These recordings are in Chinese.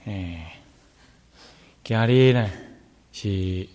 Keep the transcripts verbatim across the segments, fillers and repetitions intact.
诶，今日呢是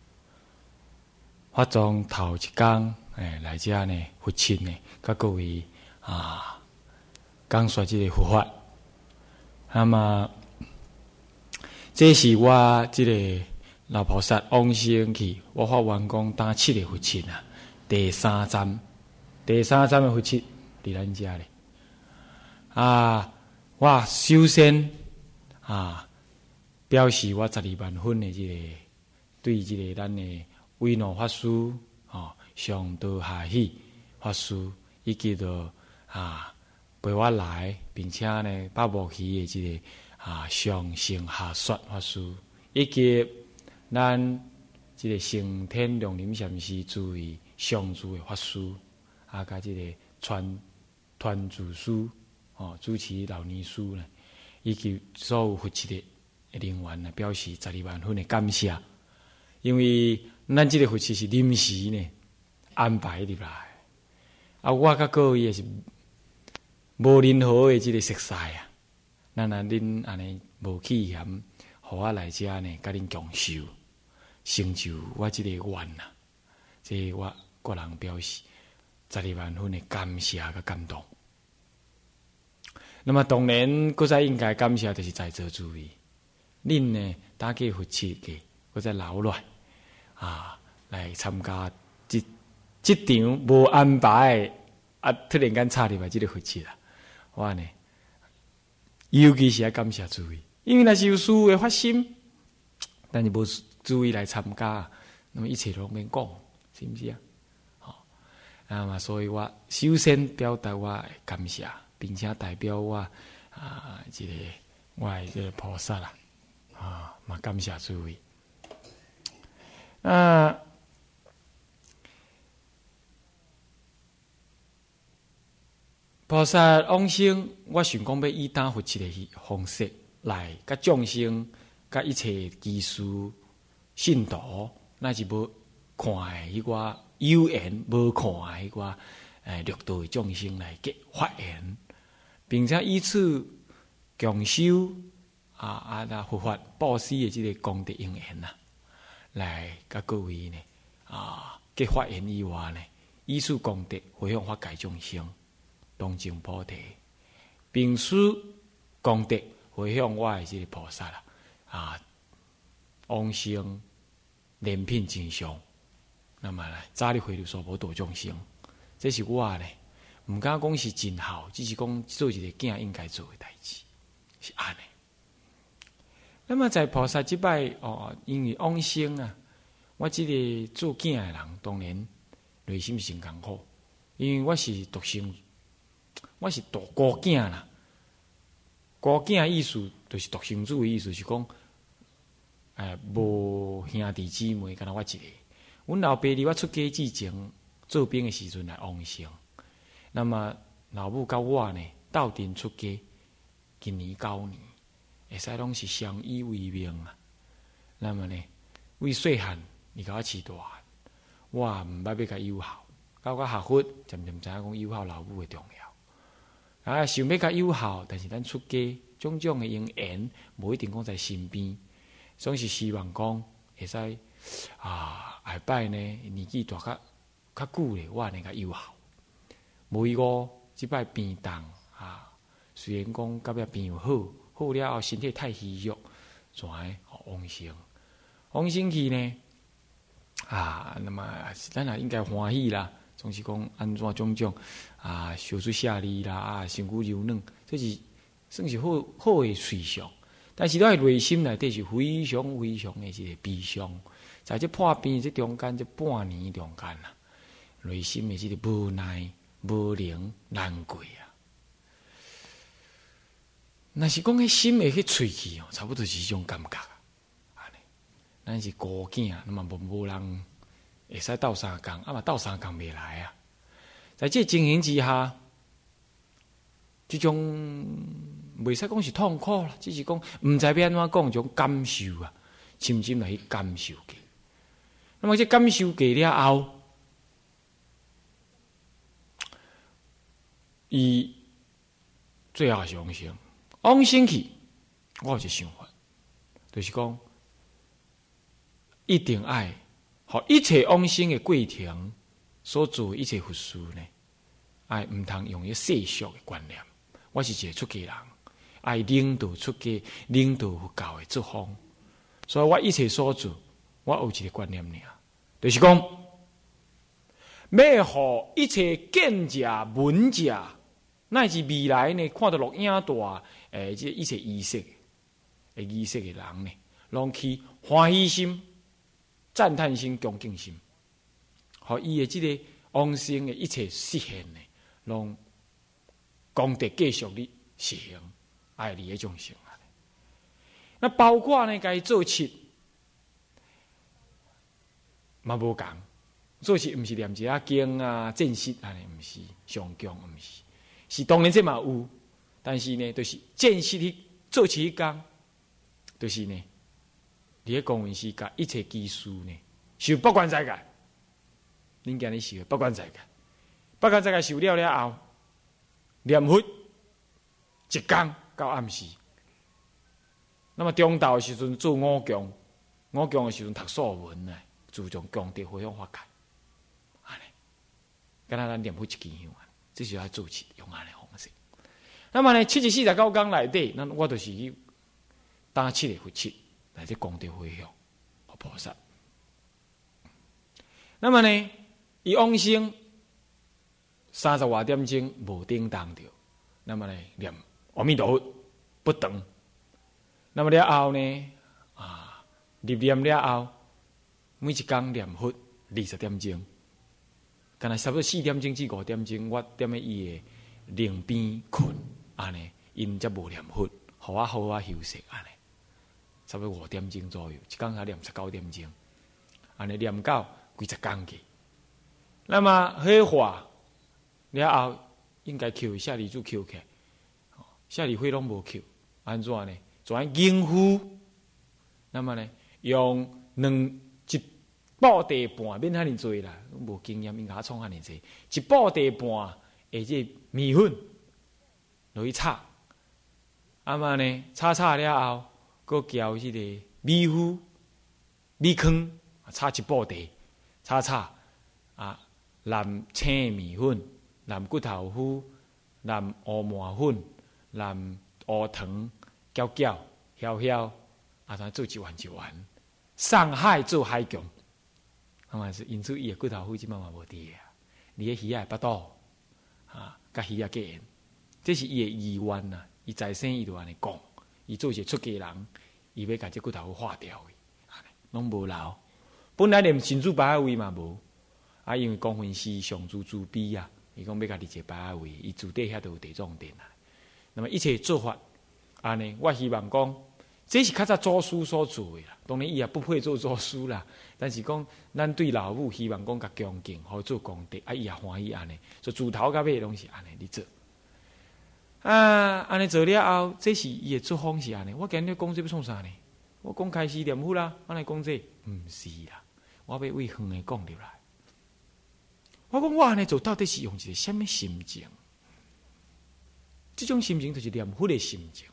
法宗头一天，诶，来遮呢父亲呢，甲各位啊讲说这个佛法。那么，这是我这个老菩萨往生去，我发愿讲打七个父亲啊，第三站，第三站的父亲伫咱遮咧。啊，我首先啊，表示我十二万分的这个对这个咱的威诺法师啊，上道下喜法师，以及着啊陪我来，并且呢八部期的这个啊上圣下雪法师，以及咱这个成天龙林禅师诸位上主的法师，啊，甲这个传传主师。哦，主持老尼师呢，以及所有负责的人员呢，表示十二万分的感谢。因为咱这个负责是临时呢安排入来，啊，我甲各位也是无任何的这个熟悉啊。咱啊，恁安尼无气嫌，互我来遮呢，甲恁共受，成就我这个愿呐。这我个人表示十二万分的感谢甲感动。那么当然，搁再应该感谢就是在座诸位，恁呢大家负责嘅，搁再留来啊来参加这这场无安排啊，突然间插入来这个负责啦，我呢，尤其是要感谢诸位，因为那是有事的发生，但是无诸位来参加，那么一切都免讲，是不是啊？好，那么所以我首先表达我的感谢。并且代表我啊，这个我的这个菩萨啦，啊，嘛感谢诸位。啊，菩萨往生，我想讲要以打佛七的方式来，甲众生，甲一切技术信徒，那是无看的迄个有缘，无看的迄个诶六道的众生来结发言。并且以此共修啊啊那佛法布施的这个功德因缘呐，来甲各位呢啊结发愿以外呢，以此功德回向法界众生，同证菩提，并使功德回向我的这个菩萨啦啊往生莲品真相，那么呢早日回流娑婆度众生，这是我呢。毋敢讲是尽孝，只是讲做一个囝应该做的代志，是安尼。那么在菩萨即摆哦，因为往生啊，我即个做囝的人，当然内心是真艰苦，因为我是独生，我是大孤囝啦。孤囝意思就是独生子的意思，是讲，诶，无兄弟姊妹，敢若我一个。阮老爸伫我出家之前做兵的时阵来往生。那么老母甲我呢，斗阵出家，今年九年，会使拢是相依为命啊。那么呢，为细汉，伊甲我饲大汉，我毋捌要甲友好，到我学佛，渐渐知影讲友好老母的重要。啊，想要甲友好，但是咱出家，种种的因缘，无一定讲在身边，总是希望讲会使啊，下摆呢年纪大较较久咧，我能甲友好。无伊个即摆病重啊，虽然讲甲要病好，好了后身体太虚弱，怎会往生？往生去呢？啊，那么咱也应该欢喜啦，总是讲安怎种种啊，修出下力啦，啊，身躯柔软，这是算是好好的随想。但是咱内心内底是非常非常的一个悲伤，在这破病这中间这半年中间啦，内心的这个无奈。无能难过啊！若是讲迄心会去喙去哦，差不多是这种感觉啊。安尼，咱是孤囝，那么无无人会使斗相共，啊嘛斗相共袂来啊。在这情形之下，这种袂使讲是痛苦啦，只是讲毋知要安怎讲种感受啊，深深来去感受过。那么这感受过了后。伊最后是往生，往生去， 我有一个想法，就是讲，一定爱，互一切往生的过程所做一切佛事呢，爱毋通用一世俗的观念。我是一个出家人，爱领导出家、领导佛教的作风，所以我一切所做，我有一个观念尔，就是讲，要互一切见者、闻者，乃至未来呢，看到录影带，诶，即一切仪式。会仪式嘅人呢，拢去欢喜心、赞叹心、恭敬心，互伊嘅即个往生嘅一切实现呢，拢功德继续哩实行，爱你嘅众生啊。那包括呢，该做七，嘛无共，做七毋是念一下经啊、正式安尼，毋是上供，毋是，是当然这嘛有，但是呢，就是正式去做七工。就是呢，你喺公文时甲一切技术呢，受不关在界。恁今日受不关在界，不关在界受了了后，念佛一工到暗时。那么中昼时阵做五供，五供的时阵读素文呢，注重功德回向法界。安尼，敢若咱念佛一支香啊，这是要做起用安尼方式。那么呢，七十四十九工内底，那我就是去。打七个佛七，来这功德回向，和菩萨。那么呢，伊往生三十外点钟无叮当着，那么呢念阿弥陀佛不等。那么了后呢，啊，入念了后，每一工念佛二十点钟，干那差不多四点钟至五点钟，我踮喺伊的另边困，安尼因则无念佛，互我好好休息安尼。差不多五点钟左右，一工才念十九点钟，安尼念到几十工去。那么火化了后，应该扣下礼柱扣起，下礼灰拢无扣，安怎呢？转迎夫，那么呢，用两一布地半，免遐尼多啦，无经验应该创遐尼济，一布地半，或者米粉落去炒，啊嘛呢，炒炒了后。搁交迄个米糊、米糠，炒一布地，炒炒啊，蓝青米粉、蓝骨头糊、蓝乌麻粉、蓝乌糖，搅搅、搅搅，啊，再做一丸一丸。上海做海姜，那么是因此伊的骨头糊即嘛嘛无滴啊，你的鱼仔巴肚啊，甲鱼仔计，这是伊的意愿呐，伊在生伊就安尼讲。伊做一个出家人，伊要甲这骨头化掉的，拢无留。本来连神主牌位嘛无，啊，因为光分师上主主逼啊，伊讲要甲你一个牌位，伊自底遐都有地藏殿啊。那么一切做法，安尼，我希望讲，这是较早祖师所做的啦。当然伊也不配做祖师啦，但是讲，咱对老母希望讲甲恭敬，好做功德，啊，伊也欢喜安尼，所以自头到尾拢是安尼你做。啊，安尼做了后，这是伊的作风是安尼。我今日讲这要创啥呢？我讲开始念佛啦，安尼讲这毋是啦。我要为远的讲入来。我讲我安尼做到底是用一个什么心情？这种心情就是念佛的心情。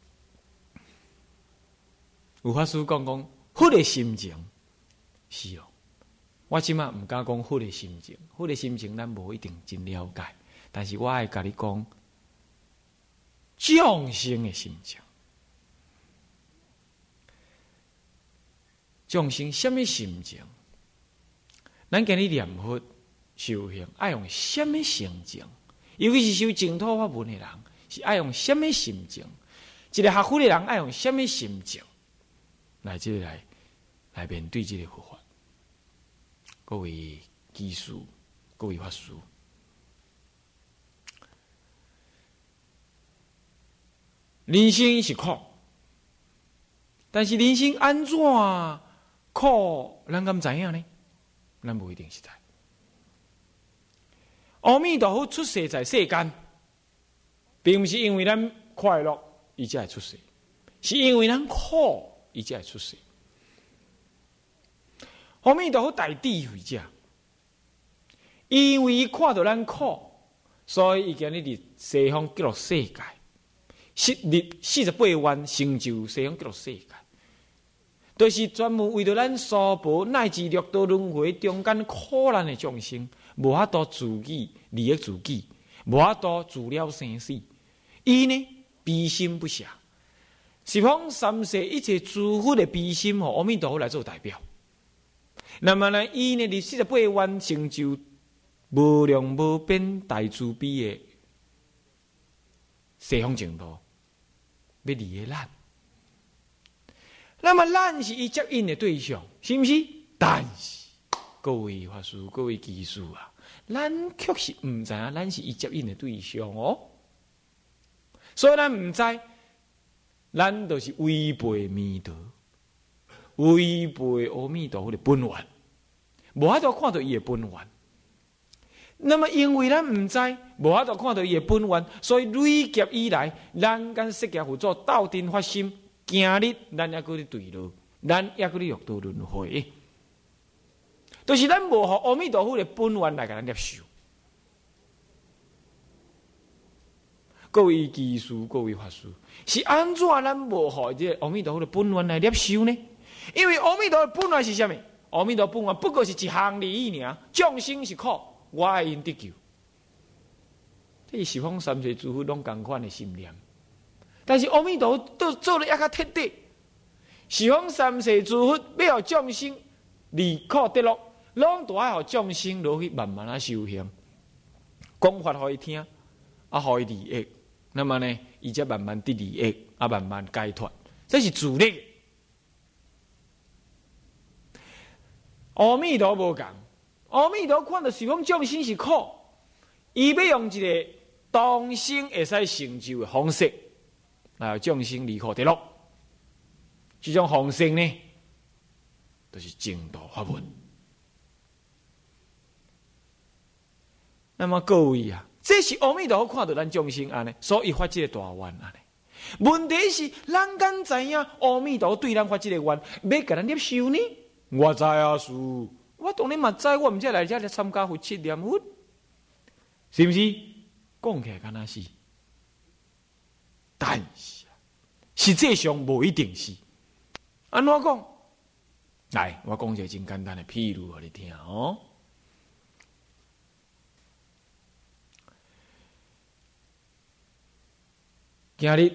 有法师讲讲佛的心情是哦。我即马毋敢讲佛的心情，佛的心情咱无一定真了解，但是我爱甲你讲。众生的心情，众生什么心情？咱今日念佛修行，爱用什么心情？尤其是修净土法门的人，是爱用什么心情？一个学佛的人爱用什么心情来这来来面对这个佛法？各位居士，各位法师。人生是苦，但是人生安怎苦，咱敢知影呢？咱不一定是知。阿弥陀佛出世在世间，并不是因为咱快乐，伊才会出世，是因为咱苦，伊才会出世。阿弥陀佛大智慧者，因为伊看到咱苦，所以伊今日伫西方极乐世界。 四日四十八愿成就西方极乐世界，就是专门为着咱娑婆乃至六道轮回中间苦难的众生，无法度自己利益自己，无法度自了生死。伊呢悲心不暇，十方三世一切诸佛的悲心，吼阿弥陀佛来做代表。那么呢，伊呢，伫四十八愿成就无量无边大慈悲的西方净土，要利益咱。那么咱是伊接引的对象，是不是？但是各位法师、各位居士啊，咱确实唔知影，咱是伊接引的对象哦。所以咱唔知，咱就是违背弥陀。违背阿弥陀佛的本愿，无法度看到伊的本愿。那么因为咱唔知，无法度看到伊的本愿，所以累劫以来，咱跟释迦佛祖斗阵发心，今日咱也搁咧对路，咱也搁咧六道轮回，就是咱无互阿弥陀佛的本愿来甲咱接受。各位居士、各位法师，是安怎咱无互这阿弥陀佛的本愿来接受呢？因为阿弥陀本愿是什么？阿弥陀本愿不过是一项利益尔，众生是苦，我爱因得救。这是十方三世诸佛拢同款的心念，但是阿弥陀都做得也较彻底。十方三世诸佛要让众生离苦得乐，拢都爱让众生落去慢慢啊修行，讲法互伊听，啊互伊利益。那么呢，伊才慢慢得利益，啊慢慢解脱，这是自力。阿弥陀无共，阿弥陀看到十方众生是苦，伊要用一个当生会使成就的方式，来众生离苦得乐。这种方式呢，就是净土法门。那么各位啊，这是阿弥陀佛看到咱众生安尼，所以发这个大愿安尼。问题是，咱敢知影阿弥陀对咱发这个愿，要甲咱接受呢？我知啊，师，我当然嘛知，我唔才来这来参加佛七念佛，是不是？讲起来敢若是，但是实际上无一定是。安怎讲？来，我讲一个真简单的譬如，互你听哦。今日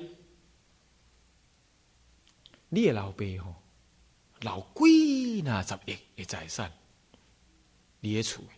你的老爸吼，留几若十亿的财产，你的厝，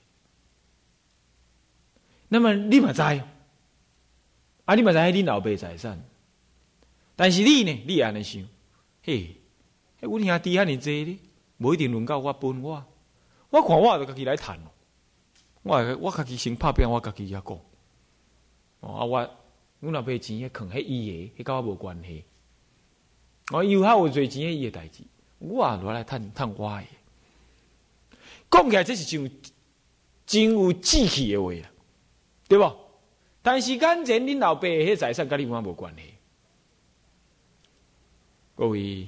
那么你嘛知，啊，你嘛知恁老爸财产，但是你呢，你安尼想，嘿，阮兄弟遐尼济咧，无一定轮到我分我，我看我就家己来谈，我我家己先拍拼，我家己遐讲，哦啊我。阮老爸钱迄藏迄伊个，迄甲我无关系。我以后有侪钱，迄伊个代志，我也落来趁趁我个。讲起来，这是真真有志气的话啦，对不？但是眼前恁老爸迄财产，甲你我无关系。各位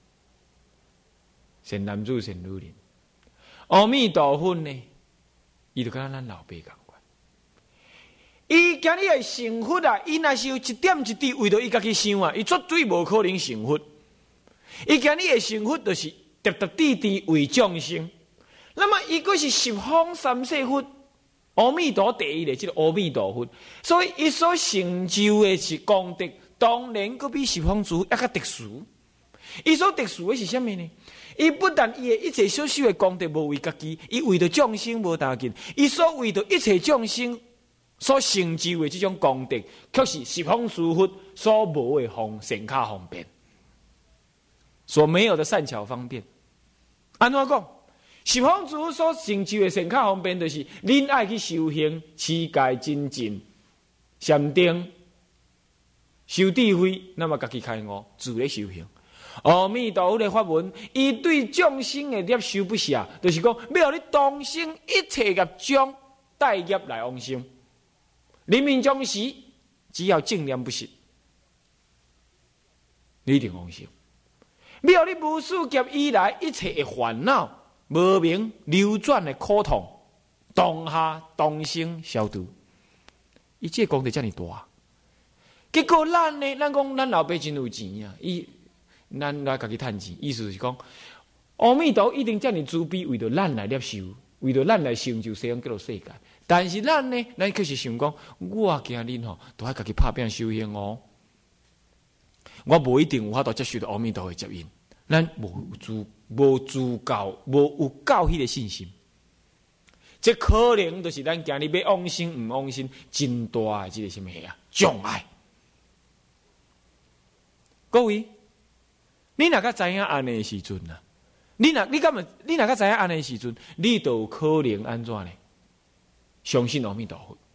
善男子、善女人，阿弥陀佛呢，伊就敢咱老爸共。伊今日会成佛啊！伊若是有一点一滴为着伊家己想啊，伊绝对无可能成佛。伊今日会成佛，就是特特地地为众生。那么，伊个是十方三世佛，阿弥陀第一的这个阿弥陀佛，所以伊所成就的是功德，当然个比十方诸佛还较特殊。伊所特殊的是什么呢？伊不但伊的一切所修的功德无为家己，伊为着众生无大紧，伊所为着一切众生。所成就的这种功德，却是十方诸佛所无的方善巧方便，所没有的善巧方便。安怎讲？十方诸佛所成就的善巧方便，就是恁爱去修行、持戒、精进、禅定、修智慧，那么家己开悟，自咧修行。阿弥陀佛的法门，伊对众生的接受不下，就是讲要你当生一切业障带业来往生。临命终时，只要正念不息，你一定往生。要你无数劫以来一切的烦恼、无明流转的苦痛，当下当生消除。伊这功德遮尔大， 结果咱呢，咱讲咱老爸真有钱啊，伊咱来家己趁钱，意思是讲，阿弥陀一定遮尔慈悲，为着咱来接受，为着咱来成就西方极乐世界。但是咱呢，咱却是想讲，我今日吼，都爱家己拍拼修行哦。我无一定有法度接受到阿弥陀的接引，咱无足无足够无有够迄个信心。这可能就是咱今日要往生唔往生，真大的这个什么啊障碍。各位，你若个知影安尼的时阵啊，你若你敢么？你若个知影安尼的时阵，你就有可能安怎呢？相信阿弥陀佛，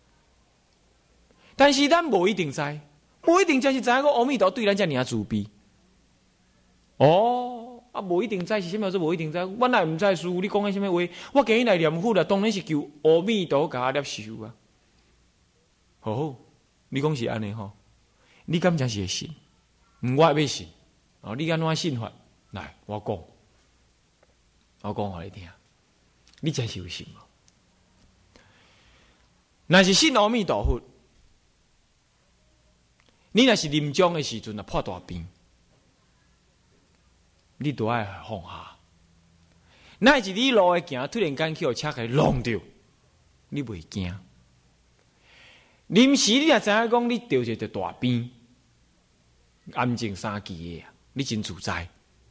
但是咱无一定知，无一定真是知影个阿弥陀对咱遮尔慈悲。哦，啊，无一定知是啥物？说无一定知，我乃毋知师父你讲的啥物话？我今日来念佛啦，当然是求阿弥陀甲我接受啊。好好，你讲是安尼吼，你敢真是会信？毋，我也要信。哦，你安怎信法？来，我讲，我讲互你听，你真是有信无？若是信阿弥陀佛，你若是临终的时阵啊破大病，你都爱放下。乃是你路的行，突然间去互车给撞到，你袂惊。临时你也知影讲，你得一个大病，安静三期的啊，你真自在。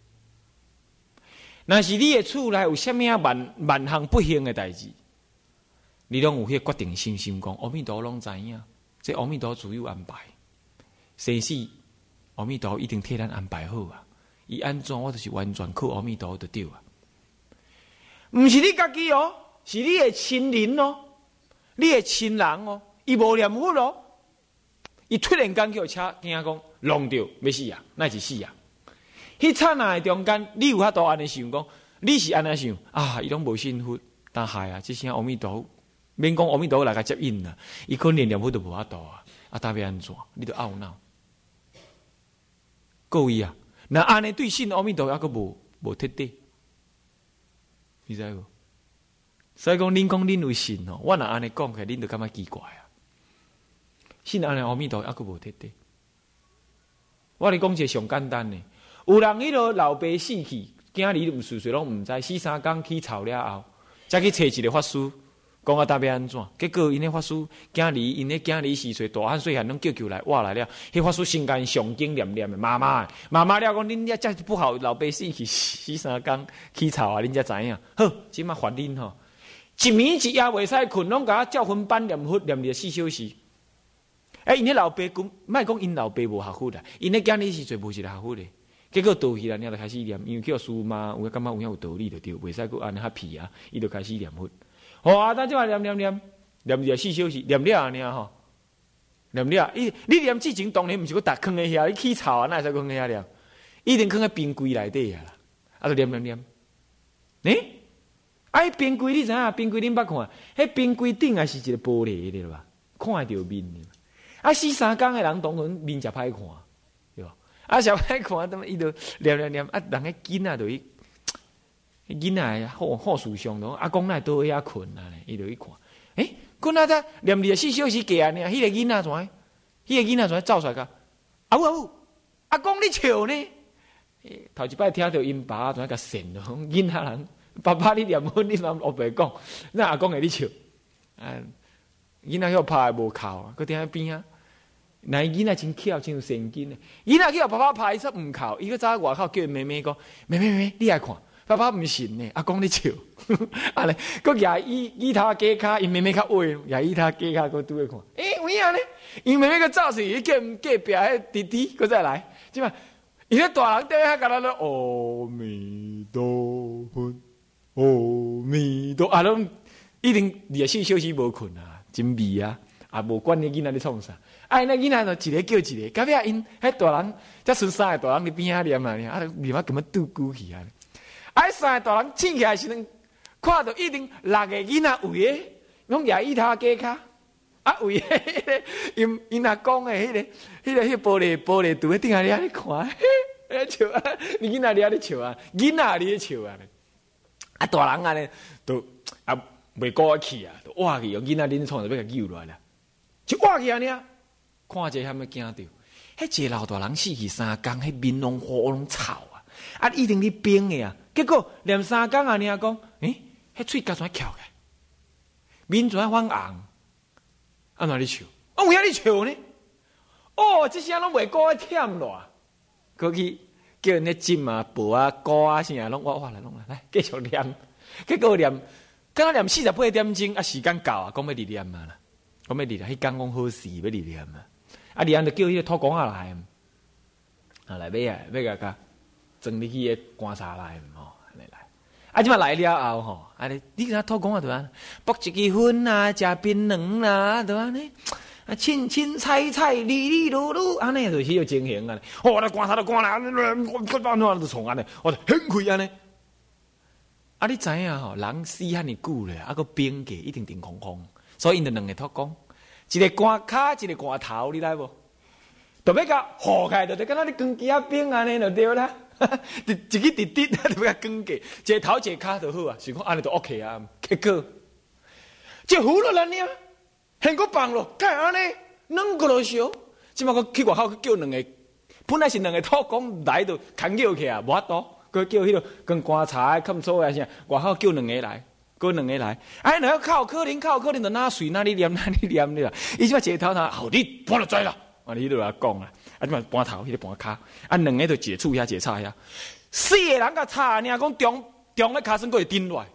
若是你的厝内有啥物啊万万项不幸的代志，你拢有迄个决定信心，讲阿弥陀拢知影，这阿弥陀自有安排。生死阿弥陀一定替咱安排好啊！伊安怎我就是完全靠阿弥陀就对啊！毋是你家己哦，是你的亲人哦，你的亲人哦，伊无念佛哦，伊突然间叫车惊讲弄着要死啊，那是死啊！迄刹那的中间，你有法度安尼想讲，你是安尼想啊？伊拢无信佛，但害啊！这些阿弥陀免讲阿弥陀来甲接引啦，伊可能念佛都无法度啊！啊，搭要安怎？你都懊恼。各位啊，那安尼对信阿弥陀还阁无无彻底，你知无？所以讲，恁讲恁有信哦，我若安尼讲起来，恁就感觉奇怪啊。信安尼阿弥陀还阁无彻底。我咧讲一个上简单的，有人迄落老爸死去，囝儿毋岁岁拢毋知，四三工起草了后，再去找一个法师。讲啊，搭要安怎？结果因迄法师囝儿，因迄囝儿四岁大汉细汉拢叫叫来，活来了。迄法师心间上经念念的，妈妈，妈妈了讲，恁遐遮不好，老爸死去死三工起草啊，恁才知影。好，即马罚恁吼，一暝一夜袂使困，拢甲我照分班念佛念了四小时。哎，因迄老爸讲，莫讲因老爸无学佛啦，因迄囝儿是最无一个学佛的。结果倒去啦，然后就开始念，因为叫师妈，有感觉有影有道理就对，袂使佫安尼较皮啊，伊就开始念佛。好啊，咱即马念念念念了四小时，念了尔吼，念了。伊你念之前当然毋是佮逐坑喺遐，你起草啊，哪会使坑喺遐念？一定坑喺冰柜内底啊啦，啊，就念念念。诶，啊，迄冰柜你知影？冰柜恁捌看？迄冰柜顶也是一个玻璃的吧？看会到面的。啊，四三工的人当然面才歹看，对吧？啊，小歹看，他妈伊就念念念，啊，人迄囡仔就伊。囡仔好好事上咯，阿公那倒遐困啊，伊就去看。诶，困啊！他念二四小时过啊，呢，迄个囡仔怎？迄个囡仔怎走出来个？啊呜啊呜！阿公你笑呢？头一摆听到因爸怎甲神咯？囡仔人，爸爸你念佛，你妈后白讲，那阿公会你笑。啊，囡仔迄拍无哭啊，佮听边啊。那囡仔真巧，真有神经诶。囡仔去互爸爸拍，伊说毋哭，伊个早外口叫妹妹讲，妹妹妹妹，你来看。爸爸唔信呢，阿公你笑，啊咧，佮牙医医头架骹，因妹妹较矮，牙医头架骹佮拄去看，诶、欸，有影呢？因妹妹佮走去，叫隔壁迄弟弟佮再来，即嘛，伊迄大人在遐甲咱咧，阿弥陀佛，阿弥陀，啊，拢一定二十四小时无困啊，真味啊，啊，无管你囡仔咧创啥，啊，那囡仔就一个叫一个，隔壁因迄大人，才剩三个大人伫边仔念啊，啊，立马根本拄久去啊。啊！三个大人醒起来时阵，看到一定六个囡仔围个，拢也伊头加骹，啊围个迄个因因阿公的迄个、迄个、迄个玻璃玻璃橱顶下咧咧看，咧笑啊！你囡仔咧咧笑啊，囡仔咧笑啊！啊大人啊咧，都啊袂过去啊，都挖去，用囡仔恁创就要甲救落来啦，就挖去啊呢！ 看者还没惊到，迄一个老大人死去三工，迄面拢火拢臭啊！啊，一定咧冰的啊！结果连三工啊，你讲，诶，迄喙甲怎翘起？面怎反红？安怎咧笑？我有遐咧笑呢？哦，这些拢袂过忝咯，过去叫人咧浸啊、补啊、膏啊啥，拢我我来拢来，来继续念，结果念，刚刚念四十八点钟啊，时间到啊，讲要离念嘛啦，讲要离啦，迄讲讲好事要离念嘛，啊，离念就叫迄个土公仔来，啊来买啊，买个甲装入去个棺材内吼，来来，啊，即马来了后吼，啊你你甲土公仔对啊，剥一支粉啊，食槟榔啦，对安尼。啊，青青菜菜，绿绿噜噜，安尼就是迄个情形啊！哦，来观察，来观察，我我把那就从安尼，我很开安尼。啊，你知影吼，人死遐尼久咧，啊个冰架一定定空空，所以因就两个托讲，一个刮骹，一个刮头，你来无？特别甲好开，就得敢若你光机啊冰安尼就对啦，一一个滴滴，特别甲光架，一个头一个骹就好啊，是讲安尼就 OK 啊。结果就糊了咱呢。现个放咯，干安尼两个落烧，即马个去外口去叫两个，本来是两个土工来就牵叫起啊，无法度，佮叫迄个跟棺材冚错啊啥，外口叫两个来，佮两个来，哎，两个靠可能靠可能就哪水哪里念哪里念你啦，伊即马一个头头，好你搬落知啦，啊你都来讲啊，啊即马搬头，迄个搬骹，啊两个就一个厝遐一个叉遐，四个人甲叉，尔讲中中咧骹身过会顶落来，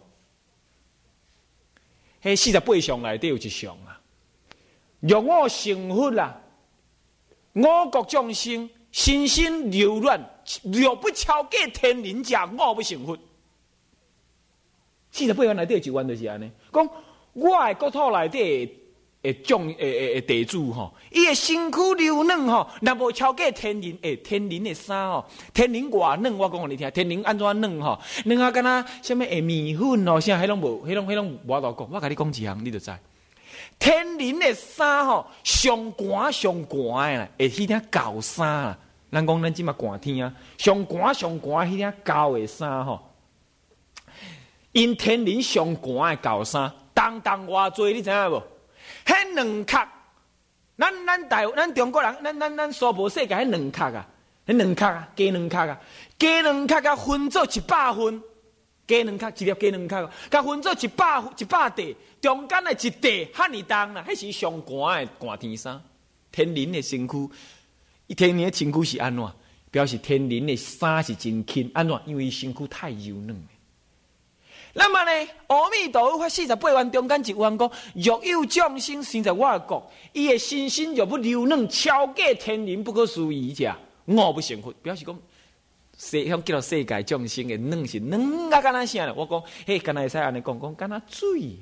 迄四十八项内底有一项啊。若我成佛啦，我国众生心心柔软，若不超过天人者，我不成佛。四十八愿内底一愿就是安尼，讲我的国土内底的众诶诶诶地主吼，伊的身躯柔软吼，若无超过天人诶天人的衫吼，天人偌软，我讲互你听，天人安怎软吼？软啊，敢若什么诶面粉哦，啥迄拢无，迄拢迄拢无法度讲。我甲你讲一项，你就知。天人的衫吼，上寒上寒的啦，会迄顶厚衫啦。咱讲咱即马寒天啊，上寒上寒迄顶厚的衫吼，因天人上寒的厚衫，重重偌济，你知影无？迄两壳，咱咱台咱中国人，咱咱咱苏博世界迄两壳啊，迄两壳啊，加两壳啊，加两壳甲分做一百分。加两壳，一粒加两壳，甲分做一百一百块，中间的一块遐尼重啦，迄是上寒的寒天衫。天人的身躯，天人的身躯是安怎？表示天人的衫是真轻，安怎？因为身躯太柔软。那么呢，阿弥陀佛发四十八愿中间一愿讲：若有众生生在我国，伊的心心若不柔软，超过天人不可思议者，我不成佛。表示讲。世向叫做世界众生的软是软啊，敢若啥咧？我讲，嘿，敢若会使安尼讲讲，敢若水。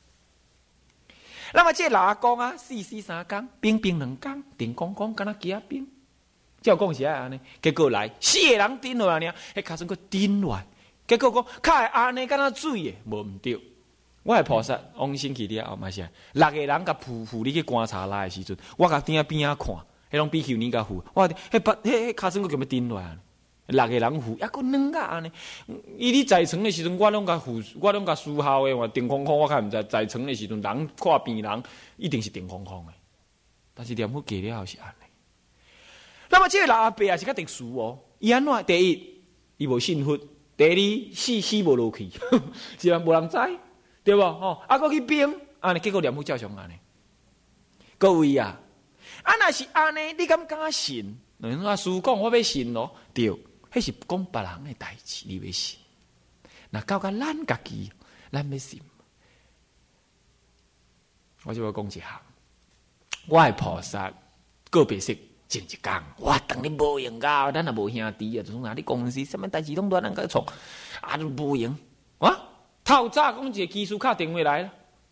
那么这老阿公啊，四四三工，冰冰两工，电光光，敢若鸡仔冰。照讲是安尼，结果来四个人顶落来呢，迄卡算个顶落来，结果讲，卡会安尼敢若水的，无毋对。我系菩萨往生去了后，嘛是六个人甲扶扶你去观察来的时阵，我甲顶边啊看，迄种比丘尼甲扶，我迄把迄迄卡算个叫要顶落来。六个人扶，抑个软甲安尼。伊咧在床的时阵，我拢甲扶，我拢甲思考的话，电空空，我看毋知在床的时阵，人看边人一定是电空空的。但是念佛过了后是安尼。那么这个老阿伯也是较特殊哦。伊安怎？第一，伊无信佛；第二，死死无落去，是啊，无人知，对无？吼，啊，搁去冰，安尼结果念佛照常安尼。各位啊，啊，若是安尼，你敢敢信？人阿师讲我要信咯，对。迄是讲别人的代志，你要信。那到甲咱家己，咱要信。我就要讲一项，我的菩萨个别说前一讲，我等你无用噶，咱也无兄弟啊，就从哪里公司什么代志拢都咱个创，啊就无用。啊，透早讲一个技术卡电话来了，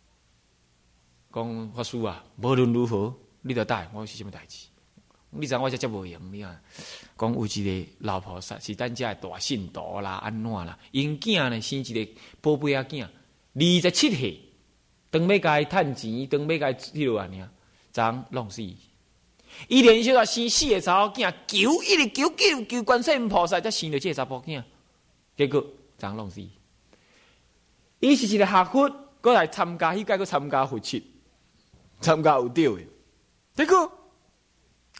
讲法师啊，无论如何，你着带我是什么代志？你知我这遮无用，你啊，讲有一个老菩萨是咱遮的大信徒啦，安怎啦？因囝呢生一个宝贝仔囝，二十七岁，当要甲伊趁钱，当要甲伊迄落安尼，昨弄死伊。伊连续啊生四个查某囝，求一直求求求观世音菩萨，才生着这个查甫囝，结果昨弄死伊。伊是一个学佛，过来参加，迄届去参加佛七，参加有对的，结果。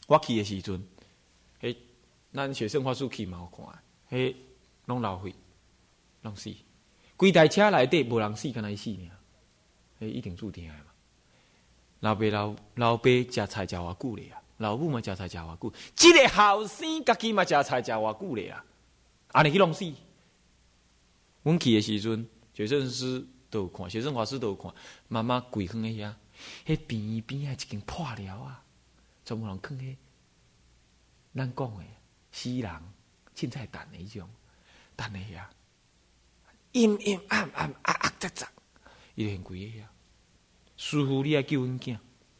我去的时阵，迄咱学生法师去嘛有看，迄拢流血，拢死。规台车内底无人死，敢若伊死尔，迄一定注定的嘛。老爸老老爸食菜食偌久咧啊，老母嘛食菜食偌久，即个后生家己嘛食菜食偌久咧啊，安尼去弄死。阮去的时阵，学生师都有看，学生法师都有看，妈妈跪放喺遐，迄边边啊一间破了啊，全部人放喺咱讲的死人凊彩等的迄种，等喺遐，阴阴暗暗暗暗杂杂，伊就现跪喺遐。师父，你爱救阮囝？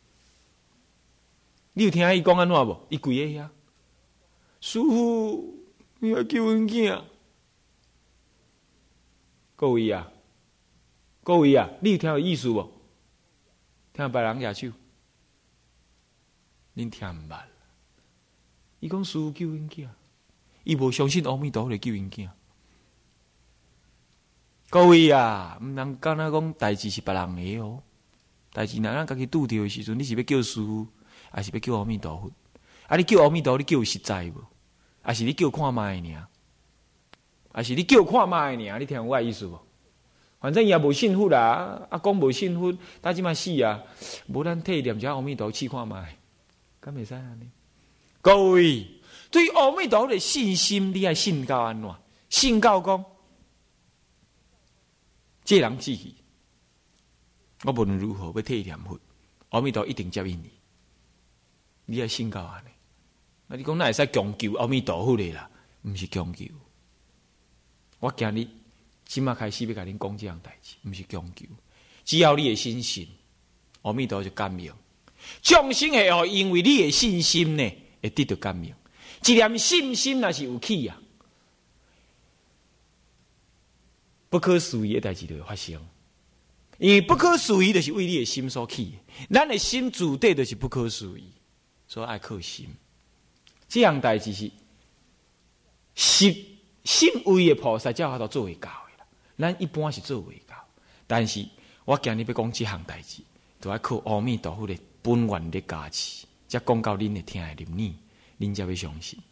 你有听伊讲安怎无？伊跪喺遐。师父，你爱救阮囝？各位啊，各位啊，你有听有意思无？听别人举手，恁听毋捌。伊讲师父救阮囝，伊无相信阿弥陀佛来救阮囝。各位啊，毋通敢若讲代志是别人的哦。代志若咱家己拄着的时阵，你是要叫师父，还是要叫阿弥陀佛？啊，你叫阿弥陀佛，你叫实在无？还是你叫看卖的尔？还是你叫看卖的尔？你听我的意思无？反正伊也无信佛啦，啊，讲无信佛，他即马死啊，无咱体念一下阿弥陀试看卖，敢袂使安尼？各位，对阿弥陀佛的信心，你爱信到安怎？信到讲，这人死去。我无论如何要体念佛，阿弥陀一定接应你。你要信教安尼，那你讲那会使强求阿弥陀佛的啦？毋是强求。我今日即马开始要甲恁讲这样代志，毋是强求。只要你的信心，阿弥陀就感应。众生会哦，因为你的信心呢，会得到感应。一念信心若是有起啊，不可思议的代志就会发生。因为不可思议，就是为你的心所起的。咱的心主体就是不可思议，所以爱靠心。这样代志是实心位的菩萨才有法度做会到的啦。咱一般是做袂到，但是我今日要讲这项代志，就要靠阿弥陀佛的本愿的加持，才讲到恁的听的入耳，恁才会相信。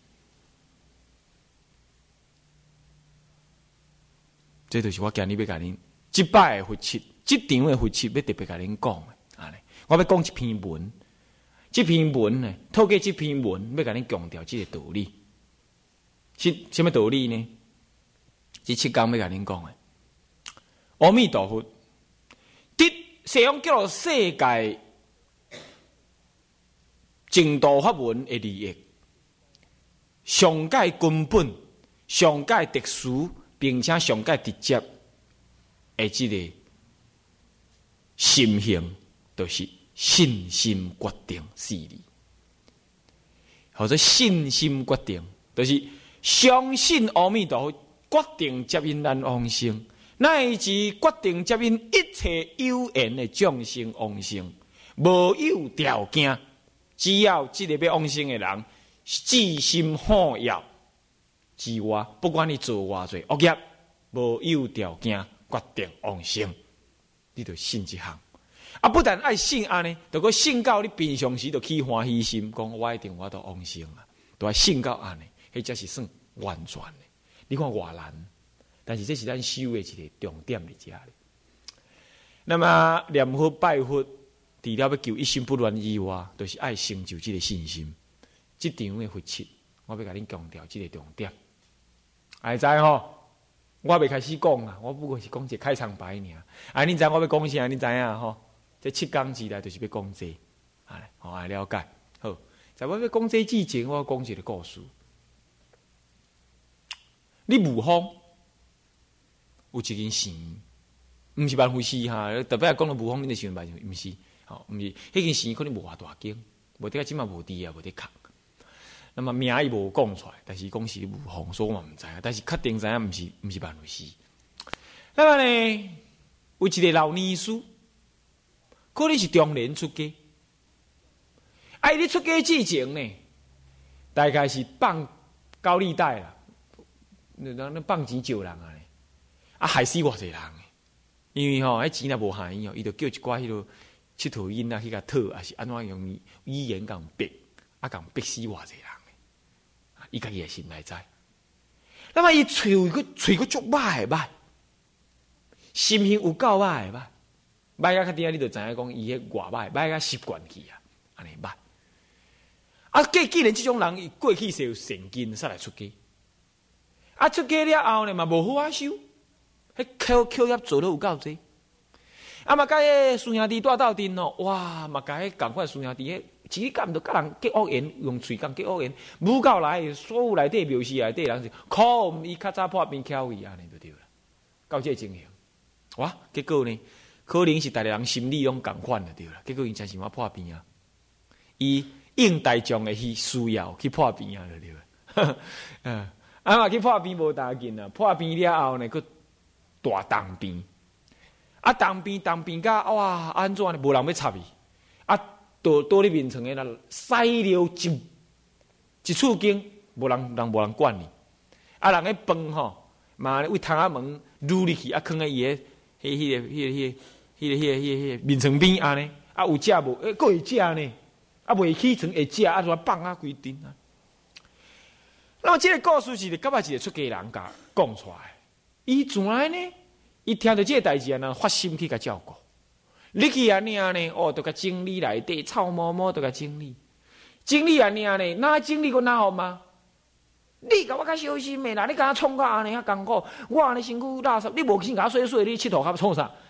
这就是我今日要甲恁即摆的佛七。这场的佛七要特别甲恁讲的，我要讲一篇文。这篇文呢，透过这篇文要甲恁强调这个道理。是什么道理呢？这七讲要甲恁讲的。阿弥陀佛，伫西方叫做世界净土法门的利益，上界根本、上界特殊，并且上界直接的这个。心性就是信心决定四字，或者信心决定，就是相信阿弥陀佛决定接引咱往生，乃至决定接引一切有缘的众生往生，无有条件，只要这个要往生的人至心好要之外，不管你做偌济恶业，无有条件决定往生。你就信这项，啊！不但爱信安尼，就个信到你平常时就起欢喜心，讲我一定我都往生啊，都爱信到安尼，迄才是算完全的。你看偌难，但是这是咱修的一个重点伫遮咧。那么念佛拜佛，除了要求一心不乱以外，就是爱成就这个信心。这场的佛七，我要甲恁强调这个重点。会知吼？我未开始讲啊，我不过是讲一个开场白尔。啊，恁知我要讲啥？恁知影吼？这七讲之内就是要讲这，啊，好爱了解。好，在我要讲这之前，我要讲一个故事。你武方有一间寺，毋是万富寺哈，特别讲到武方，恁就想万毋是，吼，毋是，迄间寺可能无偌大间，无得个即嘛无伫啊，无得看。那么名伊无讲出来，但是讲是武方，所以我嘛毋知影，但是确定知影毋是毋是万富寺。那么呢，有一个老尼师，可能是中年出家，哎，你出家之前呢，大概是放高利贷啦，那那放钱招人啊，啊害死偌济人，因为吼，迄钱也无限伊哦，伊就叫一寡迄落佚佗囡仔去甲讨，还是安怎用语言共逼。 啊，共逼死偌济人诶，伊家己诶心内知。那么伊喙有个喙个足歹歹，心性有够歹歹，歹啊！较点啊，你就知影讲伊迄外歹，歹啊习惯去啊，安尼歹。啊，既既然即种人过去是有神经，煞来出家，啊出家了后呢嘛无好啊修，迄口口业做得有够济。啊嘛，甲迄师兄弟带斗阵咯，哇嘛，甲迄共款师兄弟迄。只干着甲人结恶缘，用嘴讲结恶缘，母狗来，所有内底庙寺内底人是靠伊较早破病巧伊安尼就对了，到这情形，哇！结果呢，可能是大家人心理拢共款就对了，结果伊真是要破病啊！伊应大众的去需要去破病啊，就对了。嗯，啊嘛去破病无大紧啊，破病了后呢，佮大重病，啊重病重病甲哇安怎呢？无人要插伊啊！倒倒咧面床诶，那屎尿一一处经，无人人无人管你。啊，人迄饭吼，嘛为窗仔门撸入去，啊，囥喺伊诶，迄迄个、迄个、迄个、迄个、迄个、迄个面床边安尼，啊有食无？诶，佫会食呢，啊未起床会食，啊就放啊规阵啊。那么这个故事是咧，甲啊一个出家人甲讲出来，伊怎来呢？伊听到这个代志啊，呢发心去甲照顾。你去安尼安尼，哦，都甲整理内底，臭摸摸都甲整理，整理安尼安尼，哪整理个哪好吗？你甲我较小心的啦，你甲我创甲安尼啊艰苦，我安尼身躯垃圾，你无先甲我洗洗，你佚佗甲创啥？